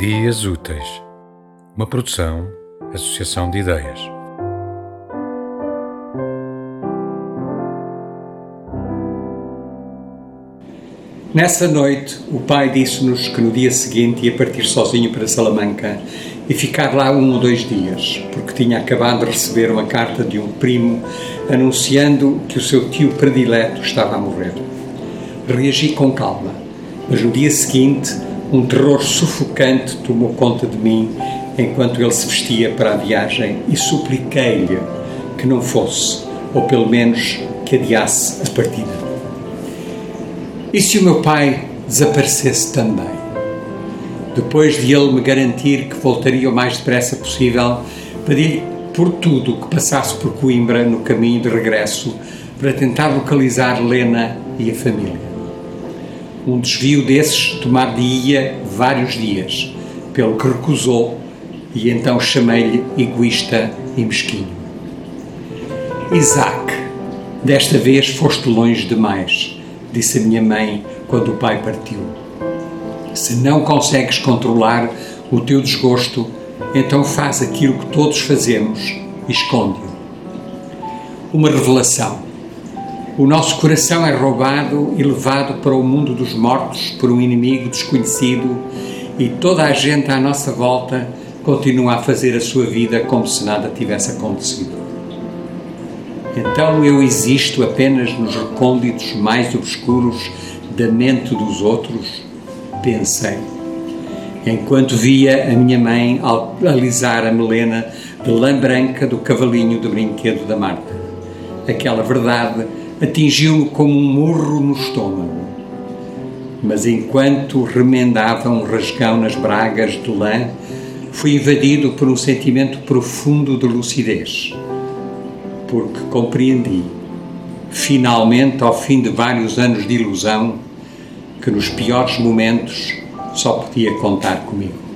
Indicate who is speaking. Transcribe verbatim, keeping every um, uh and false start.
Speaker 1: Dias Úteis, uma produção, associação de ideias.
Speaker 2: Nessa noite, o pai disse-nos que no dia seguinte ia partir sozinho para Salamanca e ficar lá um ou dois dias, porque tinha acabado de receber uma carta de um primo anunciando que o seu tio predileto estava a morrer. Reagi com calma, mas no dia seguinte um terror sufocante tomou conta de mim enquanto ele se vestia para a viagem e supliquei-lhe que não fosse, ou pelo menos que adiasse a partida. E se o meu pai desaparecesse também? Depois de ele me garantir que voltaria o mais depressa possível, pedi-lhe por tudo que passasse por Coimbra no caminho de regresso para tentar localizar Lena e a família. Um desvio desses tomar-lhe-ia vários dias, pelo que recusou, e então chamei-lhe egoísta e mesquinho. Isaac, desta vez foste longe demais, disse a minha mãe quando o pai partiu. Se não consegues controlar o teu desgosto, então faz aquilo que todos fazemos e esconde-o. Uma revelação. O nosso coração é roubado e levado para o mundo dos mortos por um inimigo desconhecido e toda a gente à nossa volta continua a fazer a sua vida como se nada tivesse acontecido. Então eu existo apenas nos recônditos mais obscuros da mente dos outros? Pensei, enquanto via a minha mãe alisar a melena de lã branca do cavalinho de brinquedo da Marta. Aquela verdade atingiu-me como um murro no estômago. Mas enquanto remendava um rasgão nas bragas de lã, fui invadido por um sentimento profundo de lucidez, porque compreendi, finalmente, ao fim de vários anos de ilusão, que nos piores momentos só podia contar comigo.